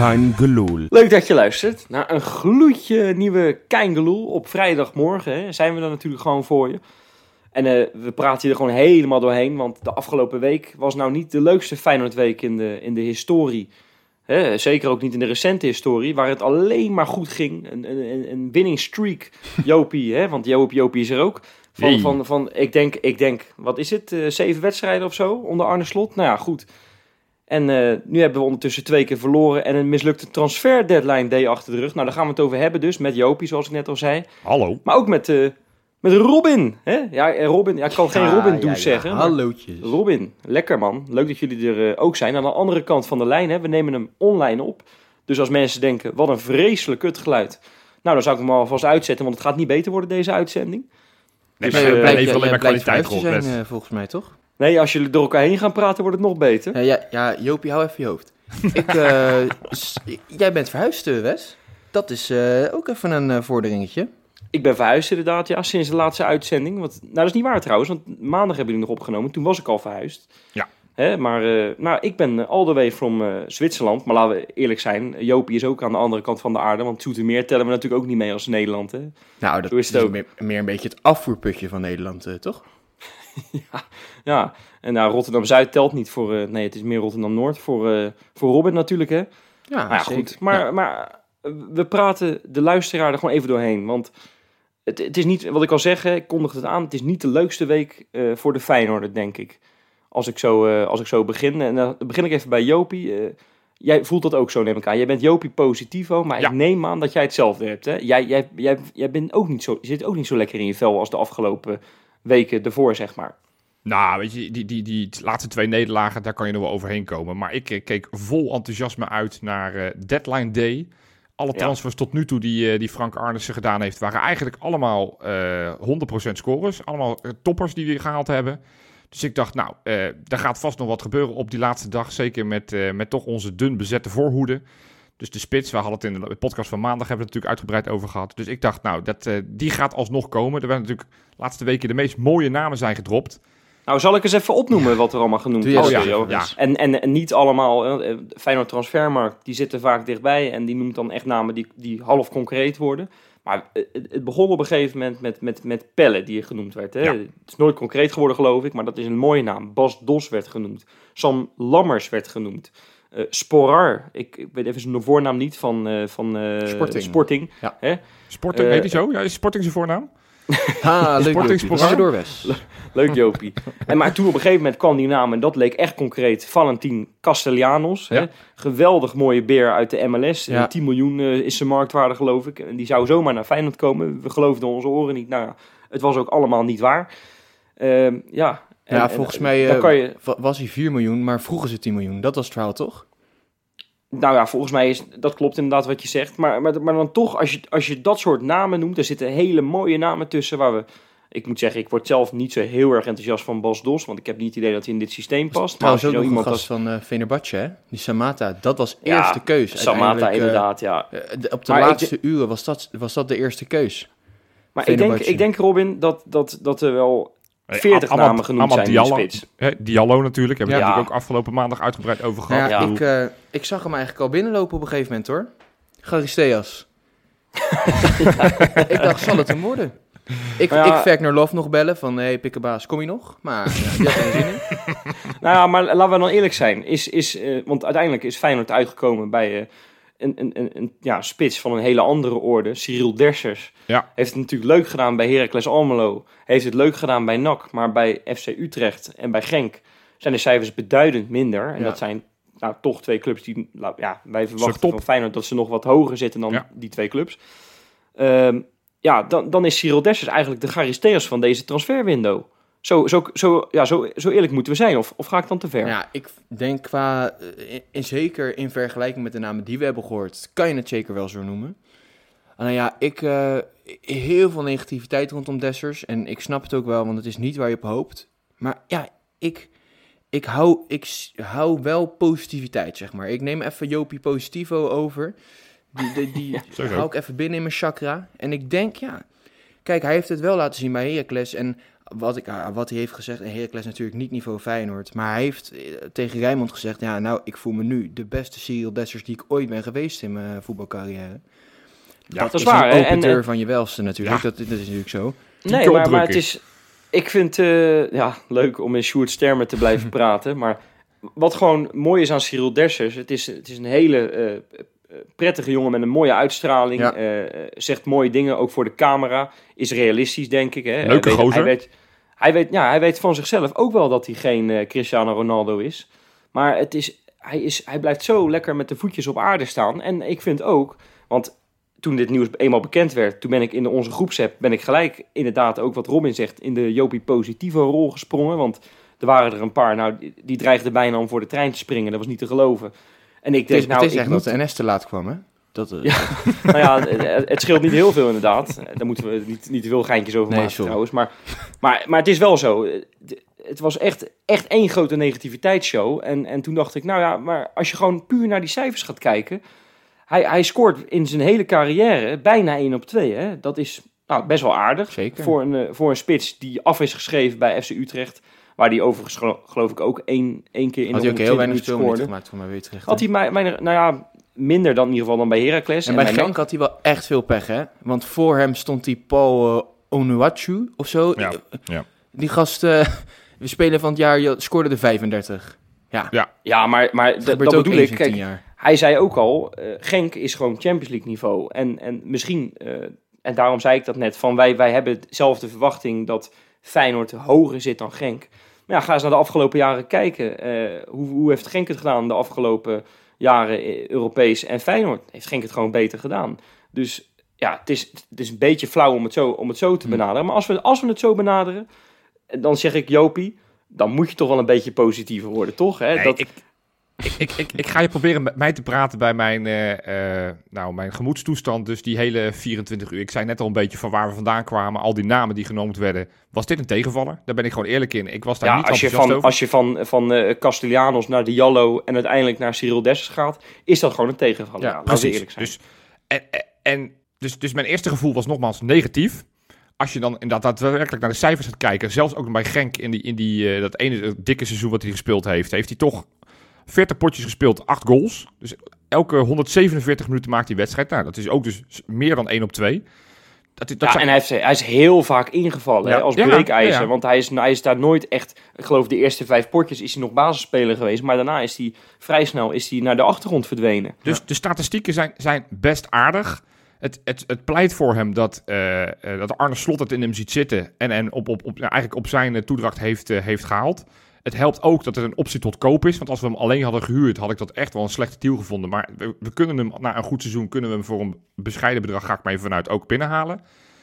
Kein Geloel. Leuk dat je luistert naar een gloedje nieuwe Kein Geloel op vrijdagmorgen. Hè, zijn we er natuurlijk gewoon voor je. En we praten hier er gewoon helemaal doorheen, want de afgelopen week was nou niet de leukste Feyenoordweek in de historie. Hè, zeker ook niet in de recente historie, waar het alleen maar goed ging. Een winning streak, Jopie, hè, want Jopie is er ook. Ik denk, wat is het, 7 wedstrijden of zo onder Arne Slot? Nou ja, goed. En nu hebben we ondertussen 2 keer verloren en een mislukte transfer deadline day achter de rug. Nou, daar gaan we het over hebben dus, met Jopie, zoals ik net al zei. Hallo. Maar ook met Robin. Hè? Ja, Robin. Ja, ik kan geen Robin zeggen. Hallootjes. Robin, lekker man. Leuk dat jullie er ook zijn. Aan de andere kant van de lijn, hè, we nemen hem online op. Dus als mensen denken, wat een vreselijk kutgeluid. Nou, dan zou ik hem alvast uitzetten, want het gaat niet beter worden, deze uitzending. Nee, Dus, maar Blijkt even alleen maar kwaliteit te erop. zijn, volgens mij, toch? Nee, als jullie door elkaar heen gaan praten, wordt het nog beter. Ja, Jopie, hou even je hoofd. Jij bent verhuisd, Wes. Dat is ook even een vorderingetje. Ik ben verhuisd inderdaad, ja, sinds de laatste uitzending. Want, nou, dat is niet waar trouwens, want maandag hebben jullie nog opgenomen. Toen was ik al verhuisd. Ja. Hè, maar ik ben all the way from Zwitserland. Maar laten we eerlijk zijn, Jopie is ook aan de andere kant van de aarde. Want Zoetermeer tellen we natuurlijk ook niet mee als Nederland. Hè? Nou, dat Zo is het ook. meer een beetje het afvoerputje van Nederland, toch? Ja, en nou, Rotterdam-Zuid telt niet voor... nee, het is meer Rotterdam-Noord voor Robin natuurlijk, hè. Ja, zeker. goed. Maar we praten de luisteraar er gewoon even doorheen. Want het is niet, wat ik al zeg, ik kondig het aan, het is niet de leukste week voor de Feyenoorder, denk ik. Als ik zo begin. En dan begin ik even bij Jopie. Jij voelt dat ook zo, neem ik aan. Jij bent Jopie positivo, maar Ja. Ik neem aan dat jij hetzelfde hebt. Hè? Jij bent ook niet zo, je zit ook niet zo lekker in je vel als de afgelopen weken ervoor, zeg maar. Nou, weet je, die laatste 2 nederlagen, daar kan je nog wel overheen komen. Maar ik keek vol enthousiasme uit naar Deadline Day. Alle transfers tot nu toe die Frank Arnissen gedaan heeft, waren eigenlijk allemaal 100% scores. Allemaal toppers die we gehaald hebben. Dus ik dacht, nou, daar gaat vast nog wat gebeuren op die laatste dag. Zeker met toch onze dun bezette voorhoede. Dus de spits, we hadden het in de podcast van maandag hebben we het natuurlijk uitgebreid over gehad. Dus ik dacht, nou, die gaat alsnog komen. Er werden natuurlijk de laatste weken de meest mooie namen zijn gedropt. Nou, zal ik eens even opnoemen wat er allemaal genoemd Doe is. jij Jo? ja. En niet allemaal, Feyenoord Transfermarkt, die zitten vaak dichtbij en die noemt dan echt namen die half concreet worden. Maar het begon op een gegeven moment met Pelle, die genoemd werd. Hè? Ja. Het is nooit concreet geworden, geloof ik, maar dat is een mooie naam. Bas Dos werd genoemd. Sam Lammers werd genoemd. Sporar, ik weet even zijn voornaam niet, van Sporting. Ja. Hè? Sporting, heet hij zo? Ja, is Sporting zijn voornaam? Leuk. Sporting Ga je door, Wes. Leuk, Jopie. Maar toen op een gegeven moment kwam die naam, en dat leek echt concreet, Valentin Castellanos. Ja. Hè? Geweldig mooie beer uit de MLS. Ja. 10 miljoen is zijn marktwaarde, geloof ik. En die zou zomaar naar Feyenoord komen. We geloofden onze oren niet. Nou ja, het was ook allemaal niet waar. Volgens mij dan kan je, was hij 4 miljoen, maar vroegen ze 10 miljoen. Dat was het verhaal, toch? nou ja, volgens mij dat klopt inderdaad wat je zegt. Maar dan toch, als je dat soort namen noemt, er zitten hele mooie namen tussen waar we... Ik moet zeggen, ik word zelf niet zo heel erg enthousiast van Bas Dos, want ik heb niet het idee dat hij in dit systeem past. Maar als Trouwens je ook nou nog iemand een gast als... van Fenerbahce, hè? Die Samata, dat was Ja, eerste keus. Samata, Uiteindelijk, inderdaad, ja. Op de Maar laatste uren was dat de eerste keus. Maar Fenerbahce. ik denk, Robin, dat er wel 40 namen genoemd zijn in de spits. Diallo natuurlijk, hebben we Ja. natuurlijk ook afgelopen maandag uitgebreid over gehad. Nou ja, Ja. ik zag hem eigenlijk al binnenlopen op een gegeven moment, hoor. Charisteas. Ik dacht, zal het hem worden? Ik Wagner Love nog bellen van, hey, pikkebaas, kom je nog? Maar die had er geen zin in. Nou ja, maar laten we dan eerlijk zijn. Want uiteindelijk is Feyenoord uitgekomen bij een spits van een hele andere orde. Cyril Dessers. Ja. Heeft het natuurlijk leuk gedaan bij Heracles Almelo. Heeft het leuk gedaan bij NAC. Maar bij FC Utrecht en bij Genk zijn de cijfers beduidend minder. En Ja. dat zijn toch 2 clubs die... wij verwachten top. van Feyenoord dat ze nog wat hoger zitten dan Ja. die 2 clubs. Dan is Cyril Dessers eigenlijk de Charisteas van deze transferwindow. Zo eerlijk moeten we zijn. Of ga ik dan te ver? Ja, ik denk zeker in vergelijking met de namen die we hebben gehoord, kan je het zeker wel zo noemen. Nou ja, heel veel negativiteit rondom Dessers. En ik snap het ook wel, want het is niet waar je op hoopt. Maar ja, ik hou wel positiviteit, zeg maar. Ik neem even Jopie Positivo over. Die hou ik even binnen in mijn chakra. En ik denk, kijk, hij heeft het wel laten zien bij Heracles. En wat hij heeft gezegd, en Heracles natuurlijk niet niveau Feyenoord, maar hij heeft tegen Rijnmond gezegd, ja, nou, ik voel me nu de beste Cyril Dessers die ik ooit ben geweest in mijn voetbalcarrière. Ja, dat is waar. Een open deur van je welste natuurlijk, dat is natuurlijk zo. Nee, maar het is... Ik vind leuk om in Sjoerd Stermer te blijven praten, maar wat gewoon mooi is aan Cyril Dessers, het is een hele prettige jongen met een mooie uitstraling, zegt mooie dingen, ook voor de camera, is realistisch, denk ik. Hè. Leuke gozer. Hij weet van zichzelf ook wel dat hij geen Cristiano Ronaldo is, maar hij blijft zo lekker met de voetjes op aarde staan. En ik vind ook, want toen dit nieuws eenmaal bekend werd, toen ben ik in onze groepsapp, gelijk inderdaad ook wat Robin zegt, in de Jopie Positivo rol gesprongen, want er waren er een paar, die dreigden bijna om voor de trein te springen, dat was niet te geloven. En ik denk, het is echt dat de NS te laat kwam, hè? Het scheelt niet heel veel inderdaad. Daar moeten we niet te veel geintjes over maken trouwens. Maar het is wel zo. Het was echt één grote negativiteitsshow. En toen dacht ik, maar als je gewoon puur naar die cijfers gaat kijken, hij scoort in zijn hele carrière bijna 1 op 2. Hè? Dat is best wel aardig. Zeker. Voor een spits die af is geschreven bij FC Utrecht. Waar die overigens geloof ik ook één keer in de 120 minuten scoorde. Had hij ook heel weinig speelminuten gemaakt voor mij Utrecht. Had hij minder dan in ieder geval dan bij Heracles. En bij Genk had hij wel echt veel pech, hè? Want voor hem stond die Paul Onuachu of zo. Ja. Die gast, we spelen van het jaar, scoorde de 35. Ja, maar dat bedoel ik. Kijk, hij zei ook al, Genk is gewoon Champions League niveau. En misschien, en daarom zei ik dat net, van wij hebben dezelfde verwachting dat Feyenoord hoger zit dan Genk. Maar ja, ga eens naar de afgelopen jaren kijken. Hoe heeft Genk het gedaan de afgelopen jaren Europees? En Feyenoord heeft Genk het gewoon beter gedaan. Dus ja, het is een beetje flauw om het zo te benaderen. Maar als we het zo benaderen, dan zeg ik, Jopie, dan moet je toch wel een beetje positiever worden, toch? Hè? Nee, ik ga je proberen met mij te praten bij mijn gemoedstoestand. Dus die hele 24 uur. Ik zei net al een beetje van waar we vandaan kwamen. Al die namen die genoemd werden. Was dit een tegenvaller? Daar ben ik gewoon eerlijk in. Ik was daar niet enthousiast over. Als je van Castellanos naar Diallo en uiteindelijk naar Cyril Dessers gaat, is dat gewoon een tegenvaller. Ja, precies. Eerlijk zijn. Dus mijn eerste gevoel was nogmaals negatief. Als je dan inderdaad daadwerkelijk naar de cijfers gaat kijken, zelfs ook bij Genk in dat ene dikke seizoen wat hij gespeeld heeft hij toch 40 potjes gespeeld, 8 goals. Dus elke 147 minuten maakt hij wedstrijd. Nou, dat is ook dus meer dan 1 op 2. En hij is heel vaak ingevallen als breekijzer. Ja. Want hij is daar nooit echt, ik geloof de eerste 5 potjes is hij nog basisspeler geweest. Maar daarna is hij vrij snel naar de achtergrond verdwenen. Dus de statistieken zijn best aardig. Het pleit voor hem dat Arne Slot het in hem ziet zitten. En eigenlijk op zijn toedracht heeft gehaald. Het helpt ook dat het een optie tot koop is. Want als we hem alleen hadden gehuurd, had ik dat echt wel een slechte deal gevonden. Maar we kunnen hem na een goed seizoen, kunnen we hem voor een bescheiden bedrag, ga ik maar even vanuit, ook binnenhalen.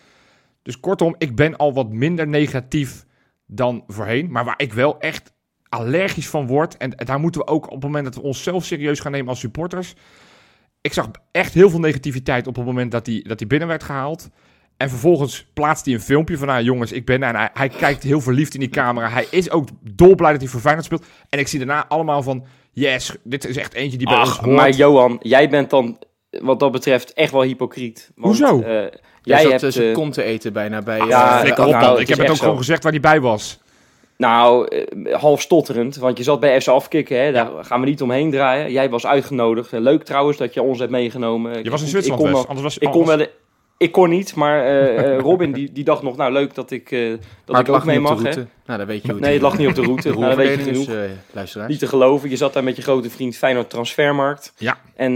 Dus kortom, ik ben al wat minder negatief dan voorheen. Maar waar ik wel echt allergisch van word, en daar moeten we ook op het moment dat we onszelf serieus gaan nemen als supporters. Ik zag echt heel veel negativiteit op het moment dat hij binnen werd gehaald. En vervolgens plaatst hij een filmpje van, jongens, ik ben... En hij kijkt heel verliefd in die camera. Hij is ook dolblij dat hij voor Feyenoord speelt. En ik zie daarna allemaal van, yes, dit is echt eentje die bij ons hoort. Maar Johan, jij bent dan wat dat betreft echt wel hypocriet. Want, hoezo? Jij hebt zijn kont te eten bijna bij... ik heb het ook gewoon gezegd waar hij bij was. Nou, half stotterend, want je zat bij FC Afkikken, hè? Daar gaan we niet omheen draaien. Jij was uitgenodigd. Leuk trouwens dat je ons hebt meegenomen. Je was in Zwitserland, Ik kon niet, maar Robin die dacht nog, nou leuk dat ik ook mee mag. Hè? Nou, dat weet je hoe. Nee, het lag niet op de route. Dat weet je genoeg. Niet te geloven. Je zat daar met je grote vriend Feyenoord Transfermarkt. Ja. En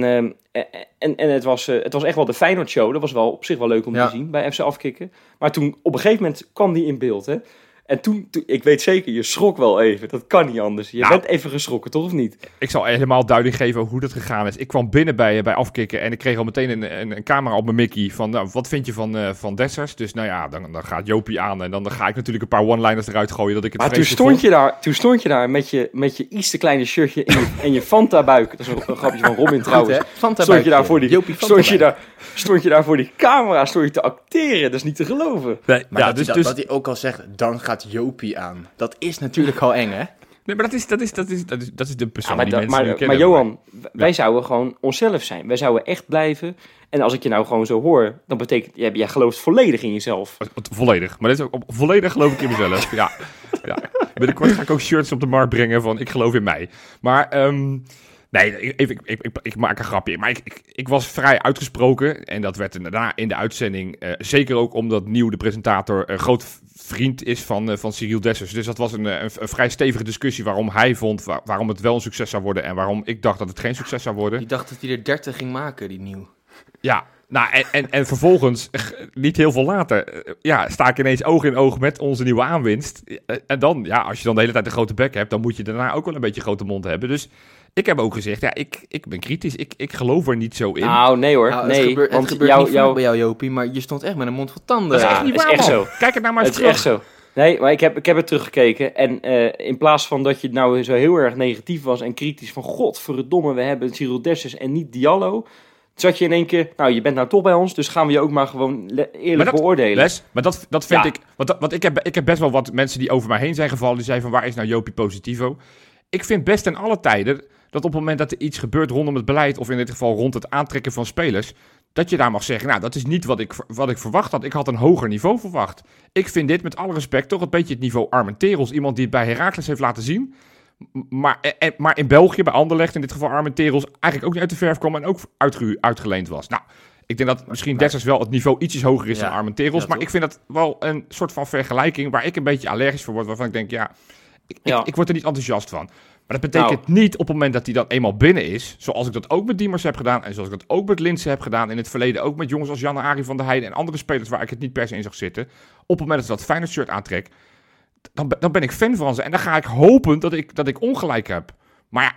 het was echt wel de Feyenoord show. Dat was wel op zich wel leuk om te zien bij FC Afkikken. Maar toen op een gegeven moment kwam die in beeld, hè. En toen, ik weet zeker, je schrok wel even. Dat kan niet anders. Je bent even geschrokken, toch of niet? Ik zal helemaal duiding geven hoe dat gegaan is. Ik kwam binnen bij Afkikken en ik kreeg al meteen een camera op mijn Mickey van, nou, wat vind je van Dessers? Dus nou ja, dan gaat Jopie aan en dan ga ik natuurlijk een paar one-liners eruit gooien dat ik het maar toen stond je daar met je iets te kleine shirtje en je Fanta-buik. Dat is een grapje van Robin trouwens. Stond je daar voor die camera, stond je te acteren. Dat is niet te geloven. Nee, maar dat hij ook al zegt, dan gaat Jopie aan. Dat is natuurlijk al eng, hè? Nee, maar dat is de persoon die mensen nu kennen. Maar Johan, wij zouden gewoon onszelf zijn. Wij zouden echt blijven. En als ik je nou gewoon zo hoor, dan betekent... Jij gelooft volledig in jezelf. Volledig. Maar dit is ook volledig geloof ik in mezelf. Ja. Binnenkort ga ik ook shirts op de markt brengen van ik geloof in mij. Maar... Nee, ik maak een grapje. Maar ik was vrij uitgesproken. En dat werd daarna in de uitzending. Zeker ook omdat Nieuw, de presentator, een groot vriend is van Cyril Dessers. Dus dat was een vrij stevige discussie waarom hij vond waarom het wel een succes zou worden. En waarom ik dacht dat het geen succes zou worden. Die dacht dat hij er 30 ging maken, die Nieuw. Ja, nou en vervolgens, niet heel veel later, sta ik ineens oog in oog met onze nieuwe aanwinst. En dan, als je dan de hele tijd een grote bek hebt, dan moet je daarna ook wel een beetje grote mond hebben. Dus... Ik heb ook gezegd, ik ben kritisch. Ik geloof er niet zo in. Nou, nee hoor. Nou, nee, het gebeurt niet vaak bij jou, Jopie, maar je stond echt met een mond vol tanden. Dat is echt niet waar, is echt man. zo. Kijk het nou maar eens Het is terug. echt zo. Nee, maar ik heb het teruggekeken. En in plaats van dat je nou zo heel erg negatief was en kritisch van... Godverdomme, we hebben Cyril Dessers en niet Diallo... Zat je in één keer, nou, je bent nou toch bij ons... dus gaan we je ook maar gewoon eerlijk beoordelen. Maar dat vind ik... Want ik heb best wel wat mensen die over mij heen zijn gevallen... die zeiden van, waar is nou Jopie Positivo? Ik vind best in alle tijden... dat op het moment dat er iets gebeurt rondom het beleid... of in dit geval rond het aantrekken van spelers... dat je daar mag zeggen, nou, dat is niet wat ik verwacht had. Ik had een hoger niveau verwacht. Ik vind dit, met alle respect, toch een beetje het niveau Armenteros. Iemand die het bij Heracles heeft laten zien... Maar in België, bij Anderlecht, in dit geval Armenteros... eigenlijk ook niet uit de verf kwam en ook uitgeleend was. Nou, ik denk dat misschien Dessers wel het niveau ietsjes hoger is dan Armenteros... maar ik vind dat wel een soort van vergelijking... waar ik een beetje allergisch voor word, waarvan ik denk, ik word er niet enthousiast van. Maar dat betekent niet op het moment dat hij dan eenmaal binnen is... zoals ik dat ook met Diemers heb gedaan... en zoals ik dat ook met Linssen heb gedaan... in het verleden ook met jongens als Jan-Arie van der Heijden... en andere spelers waar ik het niet per se in zag zitten... op het moment dat ze dat Feyenoord shirt aantrek... Dan ben ik fan van ze. En dan ga ik hopen dat ik ongelijk heb. Maar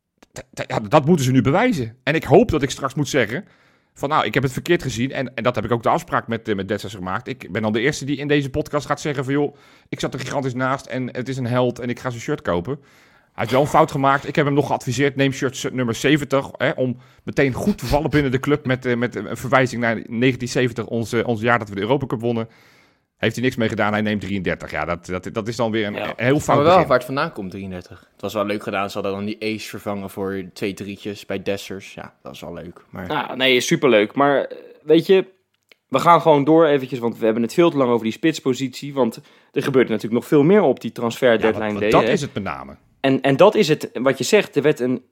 dat moeten ze nu bewijzen. En ik hoop dat ik straks moet zeggen... van nou, ik heb het verkeerd gezien. En dat heb ik ook de afspraak met Dessers gemaakt. Ik ben dan de eerste die in deze podcast gaat zeggen van... joh, ik zat er gigantisch naast en het is een held... en ik ga zijn shirt kopen. Hij heeft wel een fout gemaakt. Ik heb hem nog geadviseerd, neem shirt nummer 70... om meteen goed te vallen binnen de club... met een verwijzing naar 1970, ons jaar dat we de Europa Cup wonnen... Heeft hij niks mee gedaan, hij neemt 33. Ja, dat is dan weer een heel fout Maar wel begin. waar het vandaan komt, 33. Het was wel leuk gedaan. Ze hadden dan die ace vervangen voor 2 drietjes bij Dessers. Ja, dat is wel leuk. Maar... Nou, nee, superleuk. Maar weet je, we gaan gewoon door eventjes, want we hebben het veel te lang over die spitspositie. Want er gebeurt natuurlijk nog veel meer op die transfer deadline day. Dat is het met name. En dat is het, wat je zegt. Er werd een,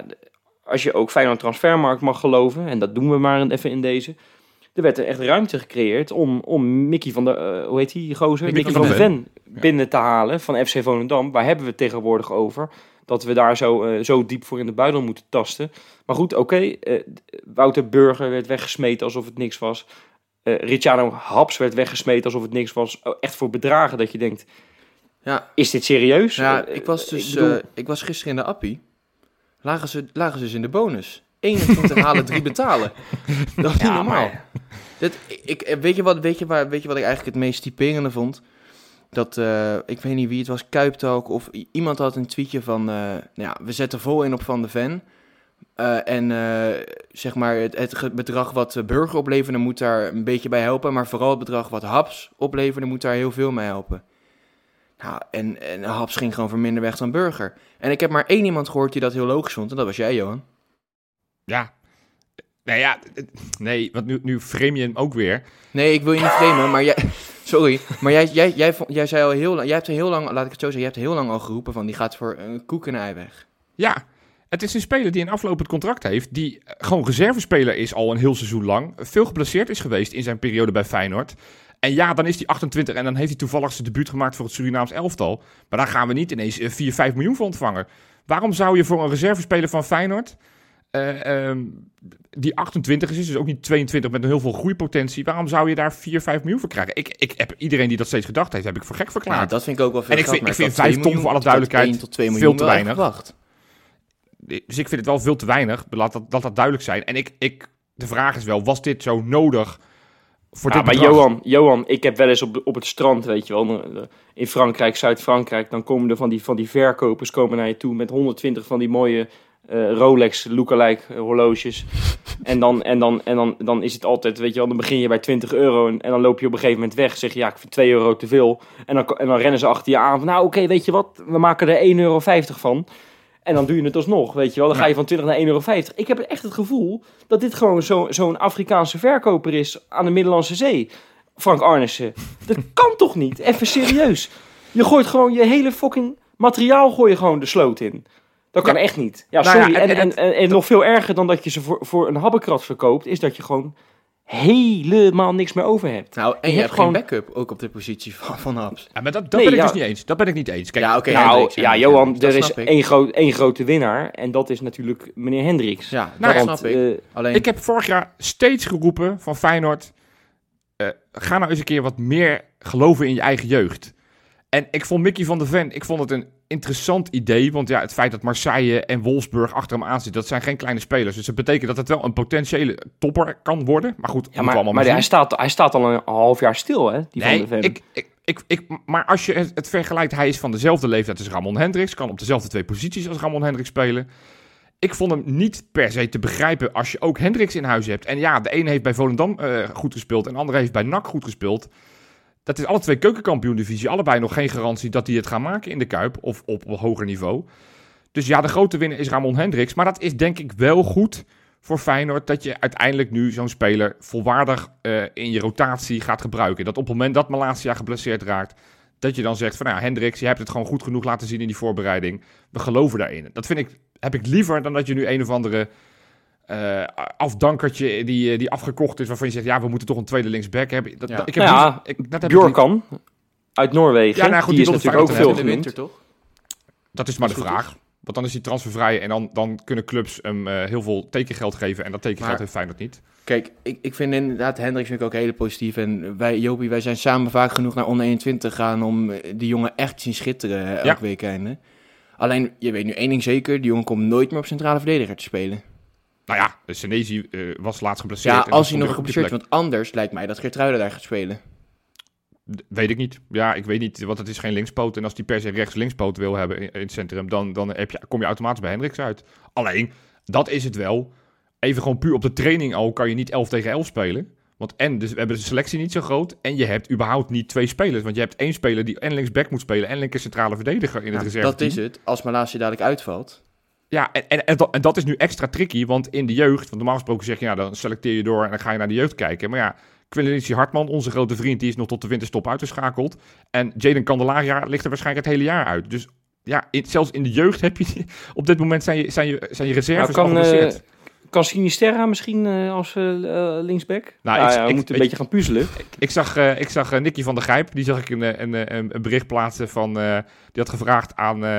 als je ook Feyenoord transfermarkt mag geloven, en dat doen we maar even in deze... Er werd er echt ruimte gecreëerd om Mickey van der... hoe heet die gozer? Mickey van der Ven binnen te halen van FC Volendam. Waar hebben we het tegenwoordig over? Dat we daar zo diep voor in de buidel moeten tasten. Maar goed, oké. Wouter Burger werd weggesmeten alsof het niks was. Ricciardo Haps werd weggesmeten alsof het niks was. Echt voor bedragen dat je denkt... Ja. Is dit serieus? Ja, ik was gisteren in de appie. Lagen ze dus in de bonus. 21 halen, 3 betalen. Dat is niet normaal. Weet je wat ik eigenlijk het meest typerende vond? Dat, ik weet niet wie het was, Kuiptalk of iemand had een tweetje van... we zetten vol in op Van de Ven. Zeg maar het bedrag wat Burger opleverde moet daar een beetje bij helpen. Maar vooral het bedrag wat Haps opleverde moet daar heel veel mee helpen. Nou, en Haps ging gewoon voor minder weg dan Burger. En ik heb maar 1 iemand gehoord die dat heel logisch vond. En dat was jij, Johan. Ja. Nee, want nu frame je hem ook weer. Nee, ik wil je niet framen, maar jij... Sorry, maar jij zei al heel lang... Jij hebt er heel lang, laat ik het zo zeggen, jij hebt heel lang al geroepen van... die gaat voor een koek en ei weg. Ja, het is een speler die een aflopend contract heeft... die gewoon reservespeler is al een heel seizoen lang... veel geblesseerd is geweest in zijn periode bij Feyenoord... En ja, dan is hij 28 en dan heeft hij toevallig zijn debuut gemaakt voor het Surinaams elftal. Maar daar gaan we niet ineens 4-5 miljoen voor ontvangen. Waarom zou je voor een reservespeler van Feyenoord... die 28 is, dus ook niet 22 met heel veel groeipotentie. Waarom zou je daar 4-5 miljoen voor krijgen? Ik heb iedereen die dat steeds gedacht heeft, heb ik voor gek verklaard. Ja, dat vind ik ook wel veel. En ik vind 5 ton voor alle duidelijkheid tot 2 miljoen veel te weinig. Wacht. Dus ik vind het wel veel te weinig. Laat dat duidelijk zijn. En de vraag is wel, was dit zo nodig voor dit bedrag? Maar Johan, ik heb wel eens op het strand, weet je wel, in Frankrijk, Zuid-Frankrijk, dan komen er van die verkopers komen naar je toe met 120 van die mooie Rolex lookalike horloges. En dan is het altijd, weet je wel, dan begin je bij €20 en dan loop je op een gegeven moment weg. Zeg je, ja, ik vind €2 te veel. En dan rennen ze achter je aan van, nou oké, weet je wat, we maken er €1,50 van. En dan doe je het alsnog, weet je wel. Dan ga je van 20 naar €1,50. Ik heb echt het gevoel dat dit gewoon zo'n Afrikaanse verkoper is aan de Middellandse Zee. Frank Arnissen. Dat kan toch niet? Even serieus. Je gooit gewoon je hele fucking materiaal gooi je gewoon de sloot in. Dat kan echt niet. Ja, Nou ja, sorry. En nog veel erger dan dat je ze voor een habbekrat verkoopt, is dat je gewoon helemaal niks meer over hebt. Nou, en je hebt gewoon geen backup ook op de positie van Haps. Ja, maar dat Nee, ben ik ja. dus niet eens. Dat ben ik niet eens. Kijk, Ja, oké. Nou, Hendricks, ja, Hendricks, Johan, Hendricks, er dat is snap ik. één grote winnaar. En dat is natuurlijk meneer Hendricks. Ja, Nou, dat ja, snap ik. Alleen, ik heb vorig jaar steeds geroepen van Feyenoord, ga nou eens een keer wat meer geloven in je eigen jeugd. En ik vond Mickey van der Ven, ik vond het een interessant idee. Want ja, het feit dat Marseille en Wolfsburg achter hem aan zitten, dat zijn geen kleine spelers. Dus dat betekent dat het wel een potentiële topper kan worden. Maar goed, Ja, maar hij staat al een half jaar stil, hè? Die nee, Van der Ven. maar als je het vergelijkt, hij is van dezelfde leeftijd als Ramon Hendricks. Kan op dezelfde 2 posities als Ramon Hendricks spelen. Ik vond hem niet per se te begrijpen als je ook Hendricks in huis hebt. En ja, de ene heeft bij Volendam goed gespeeld en de andere heeft bij NAC goed gespeeld. Dat is alle 2 keukenkampioen-divisie. Allebei nog geen garantie dat die het gaan maken in de Kuip of op hoger niveau. Dus ja, de grote winnaar is Ramon Hendricks. Maar dat is denk ik wel goed voor Feyenoord dat je uiteindelijk nu zo'n speler volwaardig in je rotatie gaat gebruiken. Dat op het moment dat Malacia geblesseerd raakt, dat je dan zegt van nou, Hendricks, je hebt het gewoon goed genoeg laten zien in die voorbereiding. We geloven daarin. Dat heb ik liever dan dat je nu een of andere afdankertje die afgekocht is, waarvan je zegt, ja, we moeten toch een tweede linksback hebben. Ja. Ik heb Bjorkan uit Noorwegen. Ja, nou goed, die die is wil natuurlijk ook Feyenoord veel in de genoemd. winter, toch? Dat is maar de vraag. Want dan is hij transfervrij en dan kunnen clubs hem heel veel tekengeld geven. En dat tekengeld heeft Feyenoord niet. Kijk, ik vind inderdaad Hendricks vind ik ook heel positief. En wij zijn samen vaak genoeg naar onder 21 gegaan om die jongen echt te zien schitteren elk weekende. Alleen, je weet nu één ding zeker, die jongen komt nooit meer op centrale verdediger te spelen. Nou ja, Senesi was laatst geblesseerd. Ja, en als hij dan nog stond hij geblesseerd is, want anders lijkt mij dat Geertruiden daar gaat spelen. Weet ik niet. Ja, ik weet niet, want het is geen linkspoot. En als die per se rechts-linkspoot wil hebben in het centrum, dan kom je automatisch bij Hendricks uit. Alleen, dat is het wel. Even gewoon puur op de training al kan je niet 11 tegen 11 spelen. Want dus we hebben de selectie niet zo groot. En je hebt überhaupt niet 2 spelers. Want je hebt 1 speler die en linksback moet spelen en linker centrale verdediger in het reserve. Dat is het. Als Malacia dadelijk uitvalt. Ja, en dat is nu extra tricky. Want in de jeugd, want normaal gesproken zeg je, ja, dan selecteer je door en dan ga je naar de jeugd kijken. Maar ja, Quilinici Hartman, onze grote vriend, die is nog tot de winterstop uitgeschakeld. En Jadon Candelaria ligt er waarschijnlijk het hele jaar uit. Dus ja, zelfs in de jeugd heb je op dit moment zijn je reserves al geblesseerd. Kan Sinisterra misschien als linksback? We moeten een beetje gaan puzzelen. Ik zag Nicky van der Gijp, die zag ik een bericht plaatsen van, die had gevraagd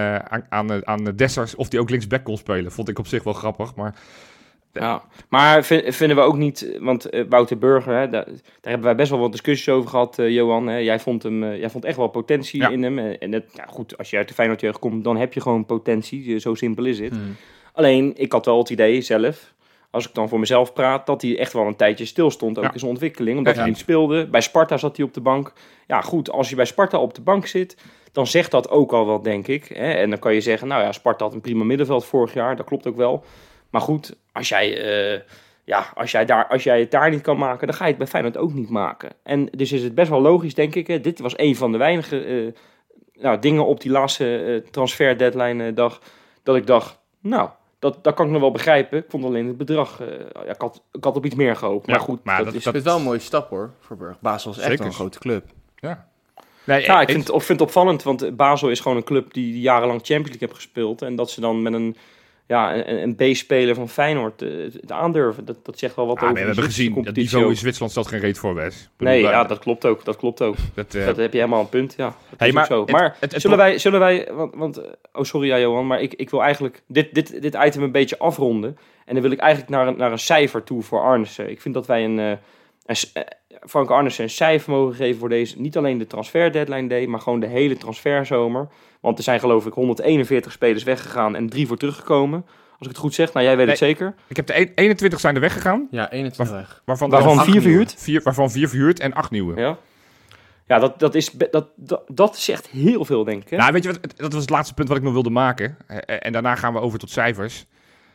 aan Dessers of die ook linksback kon spelen. Vond ik op zich wel grappig, maar... Ja, maar vinden we ook niet, want Wouter Burger, hè, daar hebben wij best wel wat discussies over gehad, Johan. Hè. Jij vond echt wel potentie in hem. En goed, als je uit de Feyenoord-jeugd komt, dan heb je gewoon potentie. Zo simpel is het. Alleen, ik had wel het idee zelf, als ik dan voor mezelf praat, dat hij echt wel een tijdje stil stond, ook in zijn ontwikkeling. Omdat hij niet speelde. Bij Sparta zat hij op de bank. Ja goed, als je bij Sparta op de bank zit, dan zegt dat ook al wat, denk ik. Hè. En dan kan je zeggen, nou ja, Sparta had een prima middenveld vorig jaar. Dat klopt ook wel. Maar goed, als jij het daar niet kan maken, dan ga je het bij Feyenoord ook niet maken. En dus is het best wel logisch, denk ik. Hè. Dit was een van de weinige dingen op die laatste transfer deadline dag, dat ik dacht, nou, dat kan ik nog wel begrijpen. Ik vond alleen het bedrag, ik had op iets meer gehoopt. Maar goed, dat is wel een mooie stap hoor, voor Burg. Basel is echt wel een grote club. Ja. Nee, ik vind het opvallend, want Basel is gewoon een club die jarenlang Champions League heeft gespeeld. En dat ze dan met een B-speler van Feyenoord het aandurven. Dat zegt wel wat over we hebben gezien, dat niveau in Zwitserland stelt geen reet voor, Wes. Dat klopt ook. Dat heb je helemaal een punt, ja. Maar zo. Maar zullen wij sorry Johan, maar ik wil eigenlijk dit item een beetje afronden. En dan wil ik eigenlijk naar een cijfer toe voor Arnissen. Ik vind dat wij Frank Arnissen een cijfer mogen geven voor deze, niet alleen de transfer deadline day, maar gewoon de hele transferzomer. Want er zijn geloof ik 141 spelers weggegaan en 3 voor teruggekomen. Als ik het goed zeg, nou jij weet het zeker. Ik heb de 21 zijn er weggegaan. Ja, 21 weg. Waarvan 4 verhuurd? Waarvan 4 verhuurd en 8 nieuwe. Ja, dat is echt heel veel, denk ik. Hè? Nou, weet je wat, dat was het laatste punt wat ik nog wilde maken. En daarna gaan we over tot cijfers.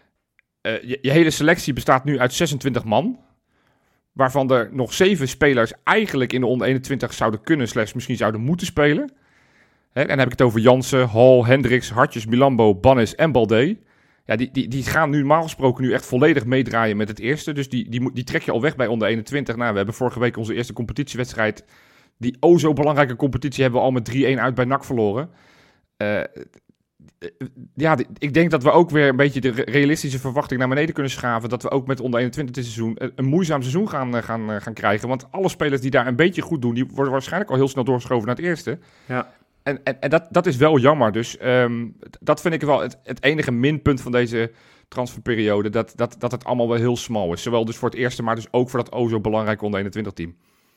je hele selectie bestaat nu uit 26 man. Waarvan er nog 7 spelers eigenlijk in de onder 21 zouden kunnen, / misschien zouden moeten spelen. En dan heb ik het over Jansen, Hall, Hendricks, Hartjes, Milambo, Bannis en Baldé. Ja, die gaan nu normaal gesproken nu echt volledig meedraaien met het eerste. Dus die trek je al weg bij onder 21. Nou, we hebben vorige week onze eerste competitiewedstrijd. Die zo belangrijke competitie hebben we al met 3-1 uit bij NAC verloren. Ik denk dat we ook weer een beetje de realistische verwachting naar beneden kunnen schaven. Dat we ook met onder 21 dit seizoen een moeizaam seizoen gaan krijgen. Want alle spelers die daar een beetje goed doen, die worden waarschijnlijk al heel snel doorgeschoven naar het eerste. Ja. En dat is wel jammer. Dus dat vind ik wel het enige minpunt van deze transferperiode. Dat het allemaal wel heel smal is. Zowel dus voor het eerste, maar dus ook voor dat zo belangrijke onder 21 team.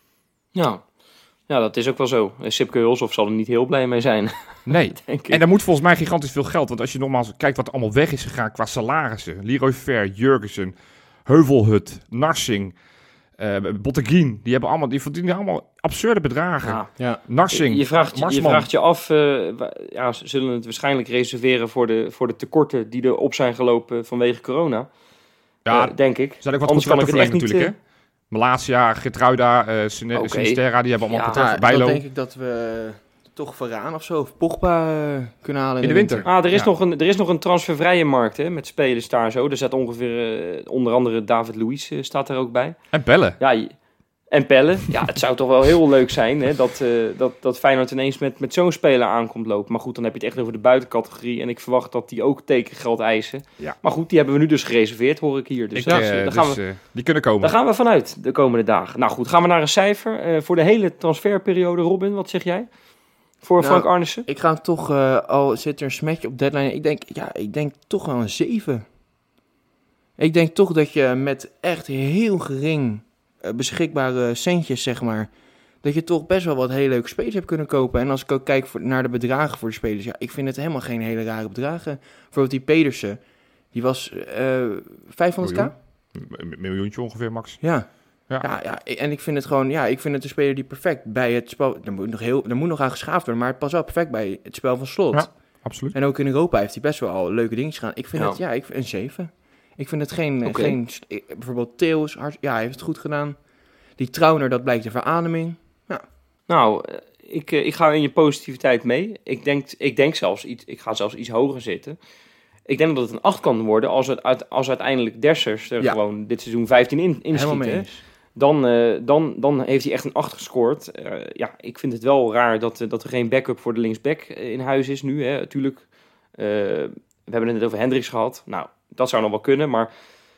Ja, dat is ook wel zo. Sipke Hulshoff zal er niet heel blij mee zijn. Nee, denk ik. En daar moet volgens mij gigantisch veel geld. Want als je nogmaals kijkt wat er allemaal weg is gegaan qua salarissen. Leroy Ver, Jurgensen, Heuvelhut, Narsing, Botteguin. Die verdienen allemaal absurde bedragen. Ja. Narsing, Je vraagt je af, ze zullen het waarschijnlijk reserveren voor de tekorten die erop zijn gelopen vanwege corona. Ja, denk ik. Zijn ook wat Anders kan ik het echt contracten niet... natuurlijk, hè? Malasia, Getruida, Sinisterra, die hebben allemaal contracten. Bijlo. Dan denk ik dat we toch Varaan of zo, of Pogba kunnen halen in de winter. Er is nog een transfervrije markt, hè, met spelers daar zo. Er staat ongeveer, onder andere David Luiz staat er ook bij. En Pelle. Ja, en Pelle. Ja, het zou toch wel heel leuk zijn, hè, dat Feyenoord ineens met zo'n speler aankomt lopen. Maar goed, dan heb je het echt over de buitencategorie. En ik verwacht dat die ook tekengeld eisen. Ja. Maar goed, die hebben we nu dus gereserveerd, hoor ik hier. Dus die kunnen komen. Daar gaan we vanuit de komende dagen. Nou goed, gaan we naar een cijfer. Voor de hele transferperiode, Robin, wat zeg jij? Voor Frank Arnissen? Ik ga toch, al zit er een smetje op deadline, ik denk toch wel een 7. Ik denk toch dat je met echt heel gering beschikbare centjes, zeg maar, dat je toch best wel wat hele leuke spelers hebt kunnen kopen. En als ik ook kijk naar de bedragen voor de spelers, ja, ik vind het helemaal geen hele rare bedragen. Bijvoorbeeld die Pedersen, die was 500k? Een miljoentje ongeveer, max. Ja. Ja, en ik vind het gewoon, ik vind het een speler die perfect bij het spel, er moet nog aan geschaafd worden, maar het past wel perfect bij het spel van Slot. Ja, absoluut. En ook in Europa heeft hij best wel al leuke dingen gedaan. Ik vind het, een 7. Ik vind het geen bijvoorbeeld Theeuws, hij heeft het goed gedaan. Die Trauner, dat blijkt de verademing. Ja. Nou, ik ga in je positiviteit mee. Ik denk zelfs ik ga zelfs iets hoger zitten. Ik denk dat het een 8 kan worden als uiteindelijk Dessers er gewoon dit seizoen 15 inschieten. Dan heeft hij echt een 8 gescoord. Ik vind het wel raar dat er geen backup voor de linksback in huis is nu. Hè. Natuurlijk, we hebben het net over Hendricks gehad. Nou, dat zou nog wel kunnen, maar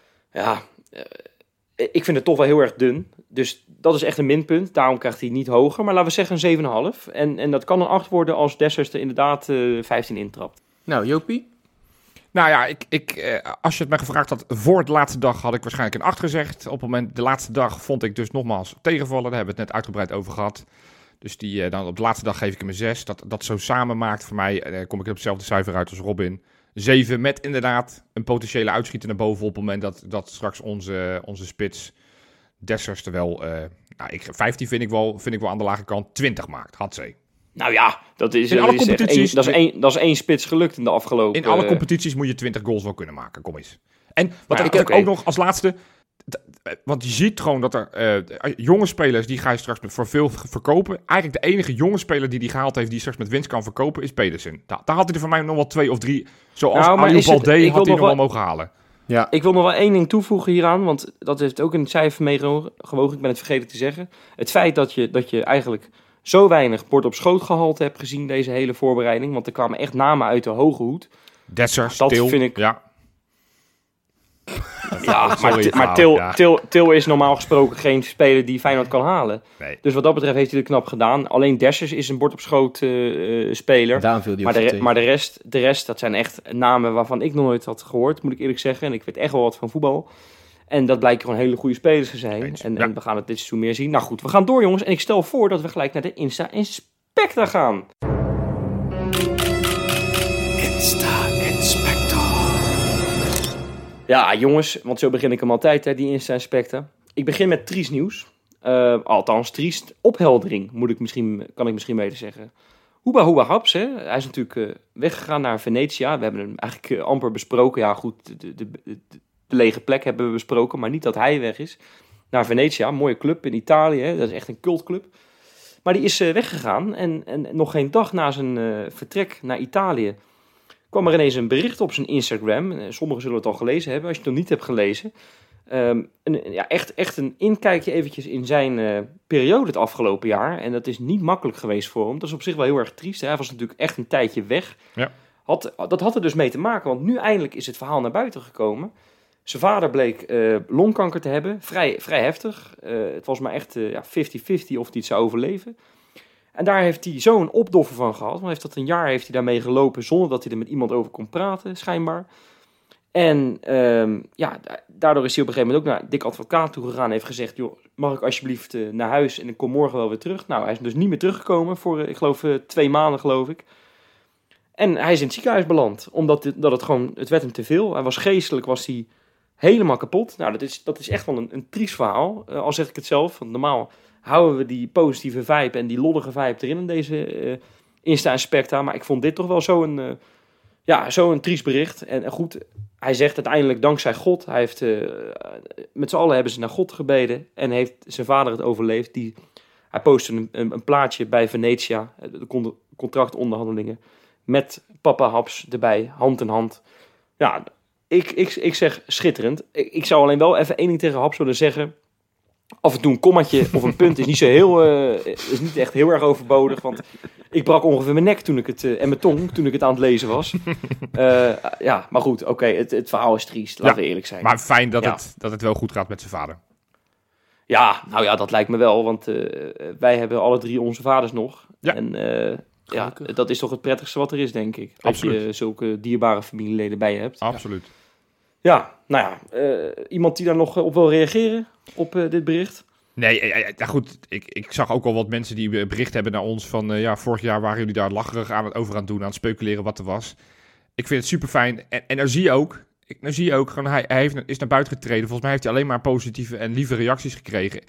ik vind het toch wel heel erg dun. Dus dat is echt een minpunt. Daarom krijgt hij niet hoger. Maar laten we zeggen een 7,5. En dat kan een 8 worden als Dessers er inderdaad 15 intrapt. Nou, Jopie? Nou ja, als je het mij gevraagd had voor de laatste dag, had ik waarschijnlijk een 8 gezegd. Op het moment, de laatste dag vond ik dus nogmaals tegenvallen. Daar hebben we het net uitgebreid over gehad. Dus dan op de laatste dag geef ik hem een 6. Dat zo samen maakt voor mij, kom ik op hetzelfde cijfer uit als Robin. 7 met inderdaad een potentiële uitschieter naar boven op het moment dat straks onze spits Dessers er wel... 15 vind ik wel aan de lage kant, 20 maakt, had ze. Nou ja, dat is één spits gelukt in de afgelopen... In alle competities moet je 20 goals wel kunnen maken, kom eens. En wat ik ook nog als laatste... Want je ziet gewoon dat er jonge spelers, die ga je straks voor veel verkopen. Eigenlijk de enige jonge speler die gehaald heeft, die straks met winst kan verkopen, is Pedersen. Daar had hij er voor mij nog wel 2 of 3, zoals Aliou Baldé had hij nog wel mogen halen. Ja. Ik wil nog wel 1 ding toevoegen hieraan, want dat heeft ook een cijfer meegewogen. Ik ben het vergeten te zeggen. Het feit dat je eigenlijk zo weinig bord op schoot gehalte hebt gezien deze hele voorbereiding, want er kwamen echt namen uit de hoge hoed. Dessers, Til, vind ik... Ja. Ja, maar Til is normaal gesproken geen speler die Feyenoord kan halen. Nee. Dus wat dat betreft heeft hij het knap gedaan. Alleen Dessers is een bord op schoot speler. Maar de rest, dat zijn echt namen waarvan ik nog nooit had gehoord, moet ik eerlijk zeggen. En ik weet echt wel wat van voetbal. En dat blijken gewoon hele goede spelers te zijn. En we gaan het dit seizoen meer zien. Nou goed, we gaan door, jongens. En ik stel voor dat we gelijk naar de Insta-Inspector gaan. Ja, jongens, want zo begin ik hem altijd, hè, die Insta-Inspector. Ik begin met triest nieuws. Althans, triest opheldering, kan ik misschien beter zeggen. Huba Haps, hè. Hij is natuurlijk weggegaan naar Venetia. We hebben hem eigenlijk amper besproken. Ja, goed, de lege plek hebben we besproken, maar niet dat hij weg is. Naar Venezia, een mooie club in Italië, hè? Dat is echt een cultclub. Maar die is weggegaan en nog geen dag na zijn vertrek naar Italië kwam er ineens een bericht op zijn Instagram. Sommigen zullen het al gelezen hebben, als je het nog niet hebt gelezen. Echt een inkijkje eventjes in zijn periode het afgelopen jaar. En dat is niet makkelijk geweest voor hem. Dat is op zich wel heel erg triest. Hè? Hij was natuurlijk echt een tijdje weg. Ja. Dat had er dus mee te maken, want nu eindelijk is het verhaal naar buiten gekomen. Zijn vader bleek longkanker te hebben, vrij heftig. Het was maar echt 50-50 of hij het zou overleven. En daar heeft hij zo'n opdoffer van gehad. Want een jaar heeft hij daarmee gelopen zonder dat hij er met iemand over kon praten, schijnbaar. En daardoor is hij op een gegeven moment ook naar Dick Advocaat toe gegaan en heeft gezegd, joh, mag ik alsjeblieft naar huis en ik kom morgen wel weer terug. Nou, hij is dus niet meer teruggekomen voor, ik geloof, 2 maanden, geloof ik. En hij is in het ziekenhuis beland, omdat het werd hem te veel. Hij was geestelijk, was hij helemaal kapot. Nou, dat is echt wel een triest verhaal, al zeg ik het zelf. Want normaal houden we die positieve vibe en die lollige vibe erin in deze Insta en Specta. Maar ik vond dit toch wel zo'n triest bericht. En goed, hij zegt uiteindelijk dankzij God. Hij heeft, met z'n allen hebben ze naar God gebeden en heeft zijn vader het overleefd. Hij postte een plaatje bij Venezia, de contractonderhandelingen, met papa Haps erbij, hand in hand. Ja, ik zeg schitterend. Ik zou alleen wel even één ding tegen Haps willen zeggen. Af en toe een kommaatje of een punt is niet echt heel erg overbodig. Want ik brak ongeveer mijn nek en mijn tong toen ik het aan het lezen was. Maar goed, oké, het verhaal is triest, laten we eerlijk zijn. Maar fijn dat het wel goed gaat met zijn vader. Ja, nou ja, dat lijkt me wel. Want wij hebben alle 3 onze vaders nog. Ja. En dat is toch het prettigste wat er is, denk ik. Absoluut. Dat je zulke dierbare familieleden bij je hebt. Absoluut. Ja, nou ja, iemand die daar nog op wil reageren op dit bericht? Nee, goed, ik zag ook al wat mensen die bericht hebben naar ons van, vorig jaar waren jullie daar lacherig over aan het doen, aan het speculeren wat er was. Ik vind het super fijn. En dan zie je ook, gewoon, hij is naar buiten getreden. Volgens mij heeft hij alleen maar positieve en lieve reacties gekregen.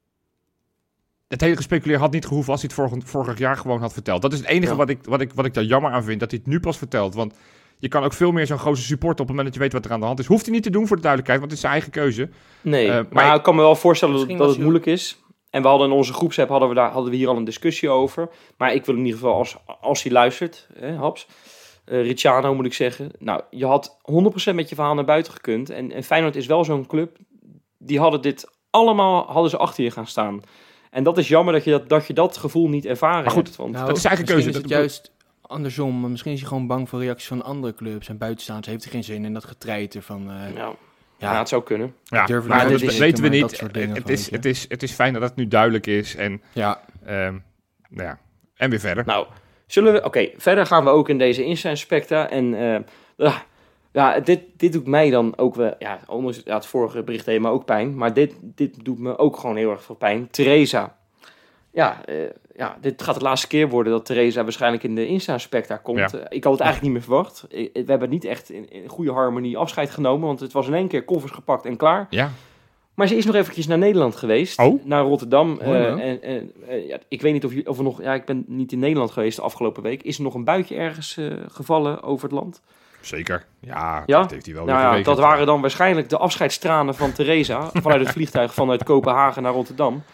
Het hele gespeculeer had niet gehoeven als hij het vorig jaar gewoon had verteld. Dat is het enige wat ik daar jammer aan vind, dat hij het nu pas vertelt. Want je kan ook veel meer zo'n grote supporter op het moment dat je weet wat er aan de hand is. Hoeft hij niet te doen voor de duidelijkheid, want het is zijn eigen keuze. Nee, maar ik kan me wel voorstellen dat het moeilijk is. En we hadden in onze groepsapp hadden we hier al een discussie over. Maar ik wil in ieder geval, als hij luistert, Haps, Ricciano moet ik zeggen. Nou, je had 100% met je verhaal naar buiten gekund. En Feyenoord is wel zo'n club, die hadden ze achter je gaan staan. En dat is jammer dat je dat gevoel niet ervaren hebt. Want dat is eigen keuze. Is het juist andersom. Misschien is hij gewoon bang voor reacties van andere clubs. En buitenstaanders heeft hij geen zin in dat getreiter van... Ja, het zou kunnen. Ja, maar dat weten we niet. Het is fijn dat het nu duidelijk is. En, en weer verder. Nou, verder gaan we ook in deze Insta Specta. En dit doet mij dan ook wel... Ja, ondanks het vorige bericht deed me ook pijn. Maar dit doet me ook gewoon heel erg veel pijn. Theresa. Dit gaat de laatste keer worden dat Theresa waarschijnlijk in de Insta-Specta komt. Ja. Ik had het eigenlijk niet meer verwacht. We hebben niet echt in goede harmonie afscheid genomen, want het was in één keer koffers gepakt en klaar. Ja. Maar ze is nog eventjes naar Nederland geweest, naar Rotterdam. Ik weet niet of er nog... Ja, ik ben niet in Nederland geweest de afgelopen week. Is er nog een buitje ergens gevallen over het land? Zeker. Ja, dat heeft hij wel weer geregeld. Dat waren dan waarschijnlijk de afscheidstranen van Theresa vanuit het vliegtuig vanuit Kopenhagen naar Rotterdam.